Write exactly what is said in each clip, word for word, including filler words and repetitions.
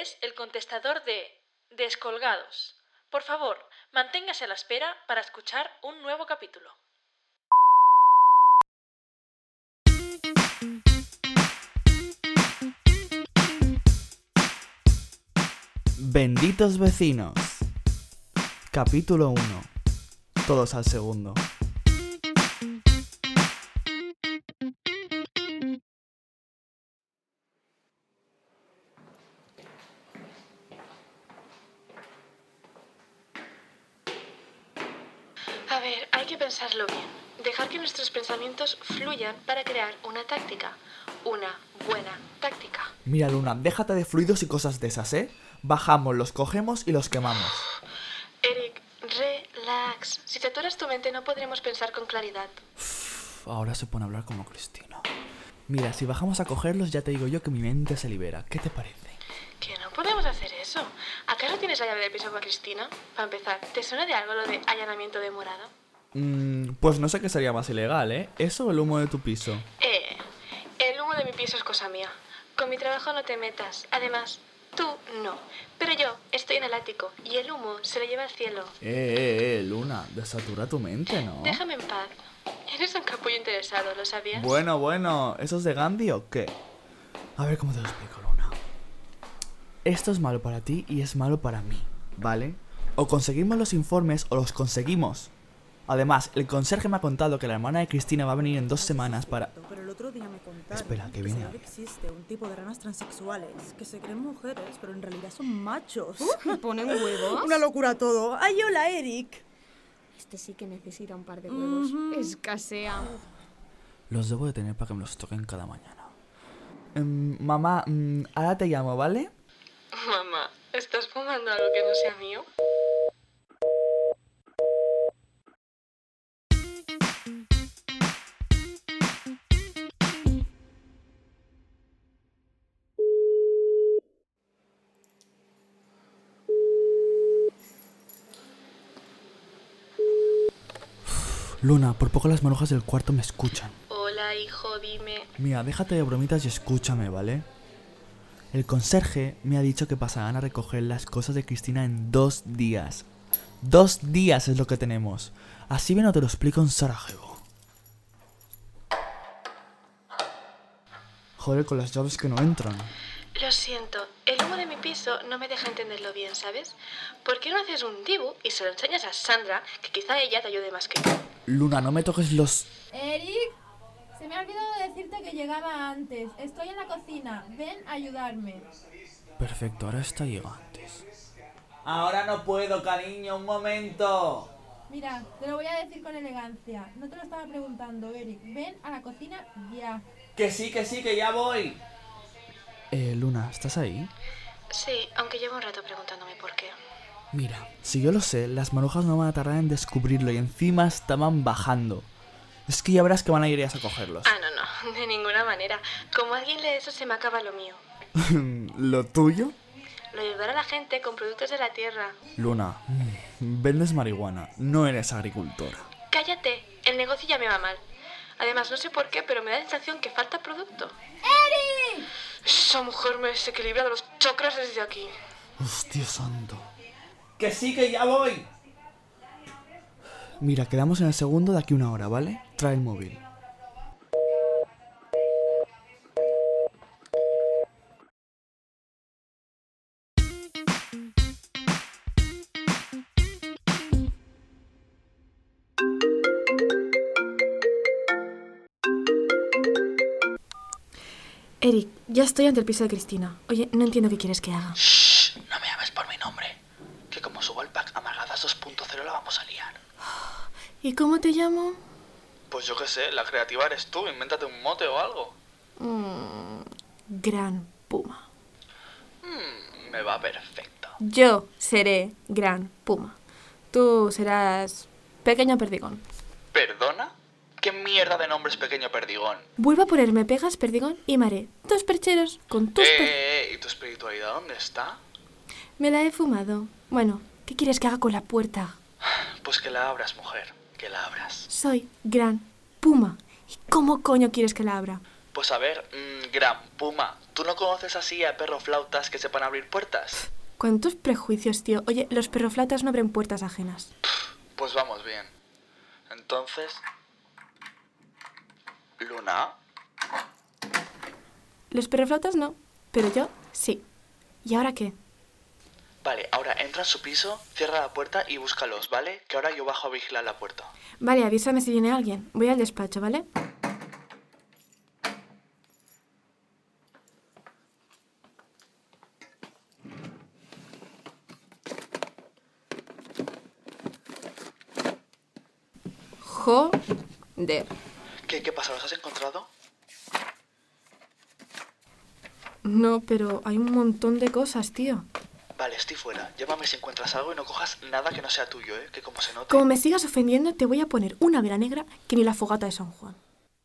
es el contestador de Descolgados. Por favor, manténgase a la espera para escuchar un nuevo capítulo. Benditos vecinos. Capítulo uno. Todos al segundo. A ver, hay que pensarlo bien. Dejar que nuestros pensamientos fluyan para crear una táctica. Una buena táctica. Mira, Luna, déjate de fluidos y cosas de esas, ¿eh? Bajamos, los cogemos y los quemamos. Eric, relax. Si saturas tu mente no podremos pensar con claridad. Uf, ahora se pone a hablar como Cristina. Mira, si bajamos a cogerlos ya te digo yo que mi mente se libera. ¿Qué te parece? Que no podemos hacer eso. ¿Acaso tienes la llave del piso con Cristina? Para empezar, ¿te suena de algo lo de allanamiento de morada? Mm, pues no sé qué sería más ilegal, ¿eh? ¿Eso o el humo de tu piso? Eh, el humo de mi piso es cosa mía. Con mi trabajo no te metas. Además, tú no. Pero yo estoy en el ático y el humo se lo lleva al cielo. Eh, eh, eh, Luna, desatura tu mente, ¿no? Déjame en paz. Eres un capullo interesado, ¿lo sabías? Bueno, bueno, ¿eso es de Gandhi o qué? A ver cómo te lo explico, Luna. Esto es malo para ti y es malo para mí, ¿vale? O conseguimos los informes o los conseguimos. Además, el conserje me ha contado que la hermana de Cristina va a venir en dos semanas para... Pero el otro día me contaron Espera, que que viene sabe que alguien. existe un tipo de ranas transexuales que se creen mujeres, pero en realidad son machos. ¿Me ponen huevos? Una locura todo. ¡Ay, hola, Eric! Este sí que necesita un par de huevos. Ujú. Escasea. Los debo de tener para que me los toquen cada mañana. Em, mamá, mm, ahora te llamo, ¿vale? Mamá, ¿estás fumando algo que no sea mío? Luna, por poco las marujas del cuarto me escuchan. Hola, hijo, dime. Mira, déjate de bromitas y escúchame, ¿vale? El conserje me ha dicho que pasarán a recoger las cosas de Cristina en dos días. Dos días es lo que tenemos. Así bien no te lo explico en Sarajevo. Joder, con las llaves que no entran. Lo siento, el humo de mi piso no me deja entenderlo bien, ¿sabes? ¿Por qué no haces un dibu y se lo enseñas a Sandra, que quizá ella te ayude más que tú? Luna, no me toques los... Eric, se me ha olvidado decirte que llegaba antes. Estoy en la cocina. Ven a ayudarme. Perfecto, ahora está llegando antes. Ahora no puedo, cariño, un momento. Mira, te lo voy a decir con elegancia. No te lo estaba preguntando, Eric. Ven a la cocina ya. Que sí, que sí, que ya voy. Eh, Luna, ¿estás ahí? Sí, aunque llevo un rato preguntándome por qué. Mira, si yo lo sé, las marujas no van a tardar en descubrirlo y encima estaban bajando. Es que ya verás que van a ir ellas a cogerlos. Ah, no, no, de ninguna manera. Como alguien lee eso, se me acaba lo mío. ¿Lo tuyo? Lo de ayudar a la gente con productos de la tierra. Luna, mm, vendes marihuana, no eres agricultora. Cállate, el negocio ya me va mal. Además, no sé por qué, pero me da la sensación que falta producto. ¡Eric! Esa mujer me desequilibra de los chakras desde aquí. Hostia santo. Que sí, que ya voy. Mira, quedamos en el segundo de aquí una hora, ¿vale? Trae el móvil. Eric, ya estoy ante el piso de Cristina. Oye, no entiendo qué quieres que haga. Shh, no me llames por mi nombre. Que como subo al pack Amagadas dos punto cero la vamos a liar. ¿Y cómo te llamo? Pues yo qué sé, la creativa eres tú, invéntate un mote o algo. Mm, Gran Puma. Mm, me va perfecto. Yo seré Gran Puma. Tú serás Pequeño Perdigón. ¿Perdona? ¿Qué mierda de nombre es Pequeño Perdigón? Vuelvo a ponerme pegas, perdigón y maré. Dos percheros con tus Eh, per... eh, ¿y tu espiritualidad dónde está? Me la he fumado. Bueno, ¿qué quieres que haga con la puerta? Pues que la abras, mujer, que la abras. Soy Gran Puma. ¿Y cómo coño quieres que la abra? Pues a ver, mmm, Gran Puma, ¿tú no conoces así a perroflautas que sepan abrir puertas? ¿Cuántos prejuicios, tío? Oye, los perroflautas no abren puertas ajenas. Pues vamos bien. Entonces... ¿Luna? Los perroflautas no, pero yo sí. ¿Y ahora qué? Vale, ahora entra en su piso, cierra la puerta y búscalos, ¿vale? Que ahora yo bajo a vigilar la puerta. Vale, avísame si viene alguien. Voy al despacho, ¿vale? Joder. ¿Qué, qué pasa? ¿Los has encontrado? No, pero hay un montón de cosas, tío. Vale, estoy fuera. Llámame si encuentras algo y no cojas nada que no sea tuyo, ¿eh? Que como se note... Como me sigas ofendiendo, te voy a poner una vela negra que ni la fogata de San Juan.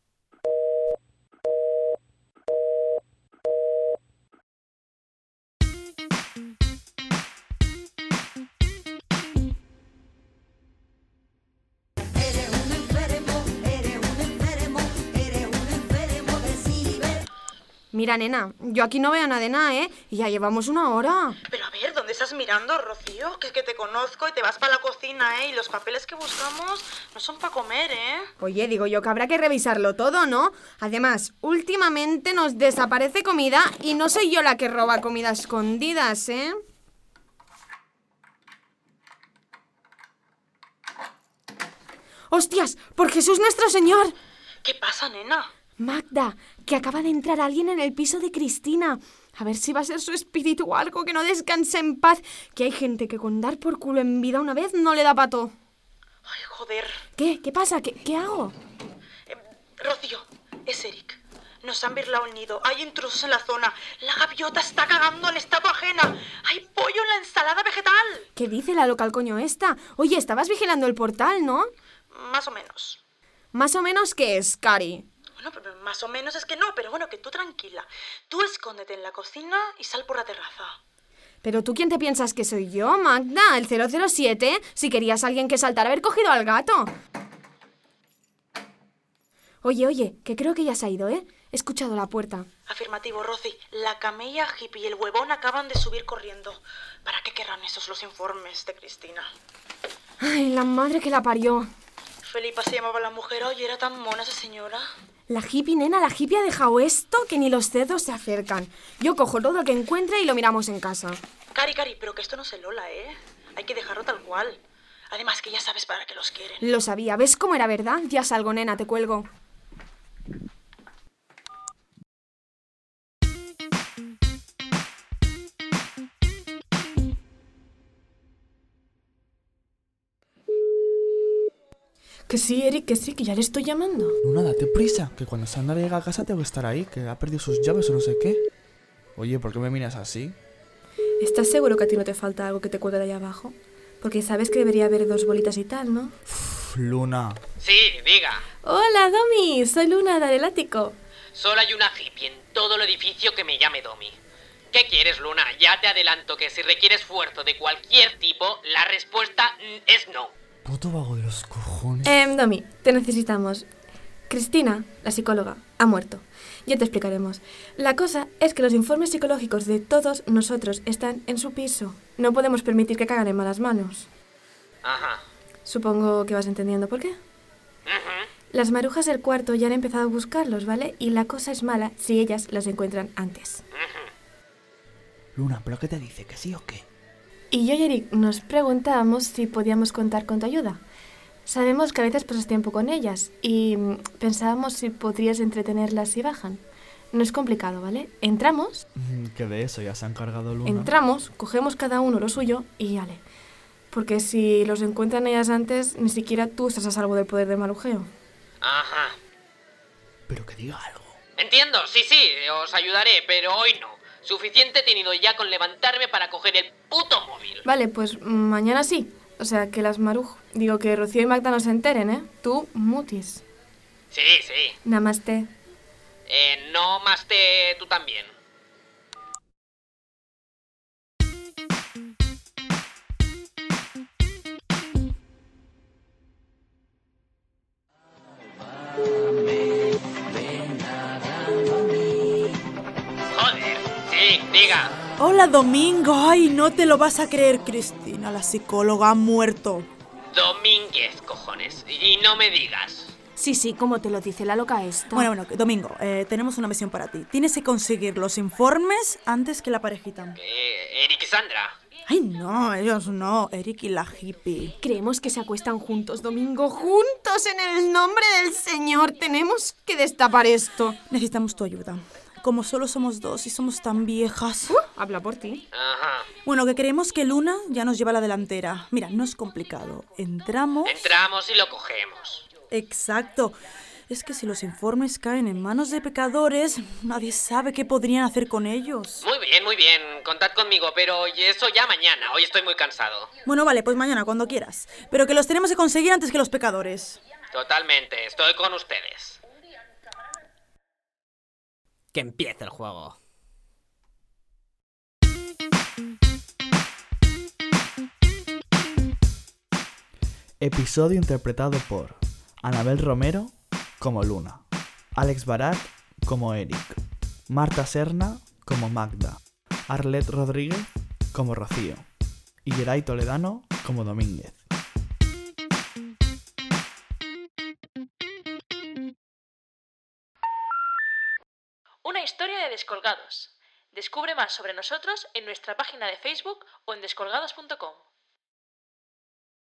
Mira, nena, yo aquí no veo nada de nada, ¿eh? Y ya llevamos una hora. Pero a ver, ¿dónde estás mirando, Rocío? Que es que te conozco y te vas para la cocina, ¿eh? Y los papeles que buscamos no son para comer, ¿eh? Oye, digo yo que habrá que revisarlo todo, ¿no? Además, últimamente nos desaparece comida y no soy yo la que roba comida a escondidas, ¿eh? ¡Hostias! ¡Por Jesús nuestro Señor! ¿Qué pasa, nena? Magda, que acaba de entrar alguien en el piso de Cristina. A ver si va a ser su espíritu o algo, que no descanse en paz. Que hay gente que con dar por culo en vida una vez no le da pato. Ay, joder. ¿Qué? ¿Qué pasa? ¿Qué, qué hago? Eh, Rocío, es Eric. Nos han birlado el nido. Hay intrusos en la zona. La gaviota está cagando en estatua ajena. Hay pollo en la ensalada vegetal. ¿Qué dice la local coño esta? Oye, estabas vigilando el portal, ¿no? Más o menos. Más o menos, ¿qué es, Cari? Bueno, pero más o menos es que no, pero bueno, que tú tranquila. Tú escóndete en la cocina y sal por la terraza. ¿Pero tú quién te piensas que soy yo, Magda? ¿El cero cero siete? Si querías a alguien que saltara, haber cogido al gato. Oye, oye, que creo que ya se ha ido, ¿eh? He escuchado la puerta. Afirmativo, Rosy. La camella hippie y el huevón acaban de subir corriendo. ¿Para qué querrán esos los informes de Cristina? Ay, la madre que la parió. Felipa se llamaba la mujer. Oye, era tan mona esa señora. La hippie, nena, la hippie ha dejado esto que ni los cerdos se acercan. Yo cojo todo lo que encuentre y lo miramos en casa. Cari, Cari, pero que esto no se lola, ¿eh? Hay que dejarlo tal cual. Además que ya sabes para qué los quieren. Lo sabía. ¿Ves cómo era verdad? Ya salgo, nena, te cuelgo. Que sí, Eric, que sí, que ya le estoy llamando. Luna, date prisa, que cuando Sandra llegue a casa tengo que estar ahí, que ha perdido sus llaves o no sé qué. Oye, ¿por qué me miras así? ¿Estás seguro que a ti no te falta algo que te cuelgue de ahí abajo? Porque sabes que debería haber dos bolitas y tal, ¿no? Uf, Luna. Sí, diga. Hola, Domi, soy Luna del ático. Solo hay una hippie en todo el edificio que me llame Domi. ¿Qué quieres, Luna? Ya te adelanto que si requiere esfuerzo de cualquier tipo, la respuesta es no. Puto vago de los cojones. Eh, Domi, te necesitamos. Cristina, la psicóloga, ha muerto. Ya te explicaremos. La cosa es que los informes psicológicos de todos nosotros están en su piso. No podemos permitir que caigan en malas manos. Ajá. Supongo que vas entendiendo por qué. Ujú. Las marujas del cuarto ya han empezado a buscarlos, ¿vale? Y la cosa es mala si ellas los encuentran antes. Ujú. Luna, ¿pero qué te dice? ¿Que sí o qué? Y yo y Eric nos preguntábamos si podíamos contar con tu ayuda. Sabemos que a veces pasas tiempo con ellas y mm, pensábamos si podrías entretenerlas si bajan. No es complicado, ¿vale? Entramos, Mm, Que de eso ya se ha encargado Luna. entramos, cogemos cada uno lo suyo y ale. Porque si los encuentran ellas antes, ni siquiera tú estás a salvo del poder de marujeo. Ajá. Pero que diga algo. Entiendo, sí, sí, os ayudaré, pero hoy no. Suficiente he tenido ya con levantarme para coger el puto móvil. Vale, pues mm, mañana sí. O sea, que las maruj... Digo, que Rocío y Magda no se enteren, ¿eh? Tú, mutis. Sí, sí. Namaste. Eh, no más te... tú también. Hola, Domingo. Ay, no te lo vas a creer, Cristina, la psicóloga ha muerto. Domínguez, cojones. Y no me digas. Sí, sí, como te lo dice la loca esta. Bueno, bueno, Domingo, eh, tenemos una misión para ti. Tienes que conseguir los informes antes que la parejita. ¿Qué? ¿Eric y Sandra? Ay, no, ellos no. Eric y la hippie. Creemos que se acuestan juntos, Domingo. ¡Juntos en el nombre del Señor! Tenemos que destapar esto. Necesitamos tu ayuda. Como solo somos dos y somos tan viejas. Uh, habla por ti. Ajá. Bueno, que creemos que Luna ya nos lleva a la delantera. Mira, no es complicado. Entramos... Entramos y lo cogemos. Exacto. Es que si los informes caen en manos de pecadores, nadie sabe qué podrían hacer con ellos. Muy bien, muy bien. Contad conmigo, pero eso ya mañana. Hoy estoy muy cansado. Bueno, vale, pues mañana, cuando quieras. Pero que los tenemos que conseguir antes que los pecadores. Totalmente. Estoy con ustedes. Que empiece el juego. Episodio interpretado por Anabel Romero como Luna, Alex Barat como Eric, Marta Serna como Magda, Arlet Rodríguez como Rocío y Geray Toledano como Domínguez. Una historia de Descolgados. Descubre más sobre nosotros en nuestra página de Facebook o en descolgados punto com.